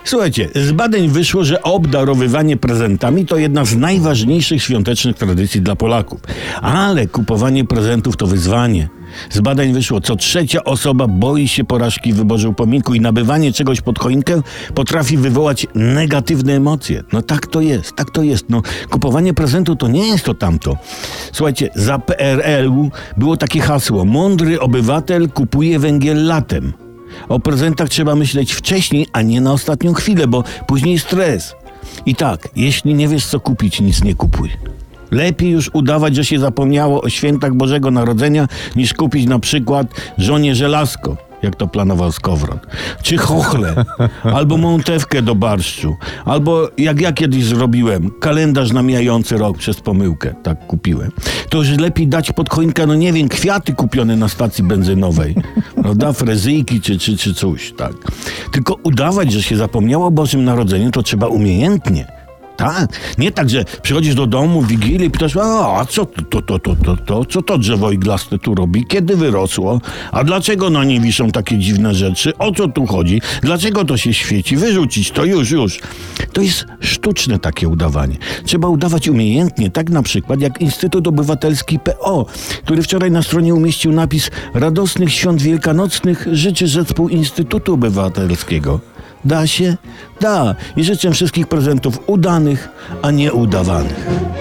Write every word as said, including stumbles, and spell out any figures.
Słuchajcie, z badań wyszło, że obdarowywanie prezentami to jedna z najważniejszych świątecznych tradycji dla Polaków. Ale kupowanie prezentów to wyzwanie. Z badań wyszło, co trzecia osoba boi się porażki w wyborze upominku i nabywanie czegoś pod choinkę potrafi wywołać negatywne emocje. No tak to jest, tak to jest. No, kupowanie prezentu to nie jest to tamto. Słuchajcie, za P R L-u było takie hasło: mądry obywatel kupuje węgiel latem. O prezentach trzeba myśleć wcześniej, a nie na ostatnią chwilę, bo później stres. I tak, jeśli nie wiesz co kupić, nic nie kupuj. Lepiej już udawać, że się zapomniało o świętach Bożego Narodzenia, niż kupić na przykład żonie żelazko, jak to planował Skowron, czy chochle, albo montewkę do barszczu, albo jak ja kiedyś zrobiłem, kalendarz na mijający rok przez pomyłkę, tak kupiłem. To już lepiej dać pod choinkę, no nie wiem, kwiaty kupione na stacji benzynowej, prawda, frezyjki czy, czy, czy coś, tak. Tylko udawać, że się zapomniało o Bożym Narodzeniu, to trzeba umiejętnie. Tak, nie tak, że przychodzisz do domu w Wigilię i pytasz: a, a co to, to, to, to, to, to, co to drzewo iglaste tu robi, kiedy wyrosło, a dlaczego na nie wiszą takie dziwne rzeczy, o co tu chodzi, dlaczego to się świeci, wyrzucić to już, już. To jest sztuczne takie udawanie. Trzeba udawać umiejętnie, tak na przykład jak Instytut Obywatelski P O, który wczoraj na stronie umieścił napis: radosnych świąt wielkanocnych życzy zespół Instytutu Obywatelskiego. Da się? Da. I życzę wszystkich prezentów udanych, a nie udawanych.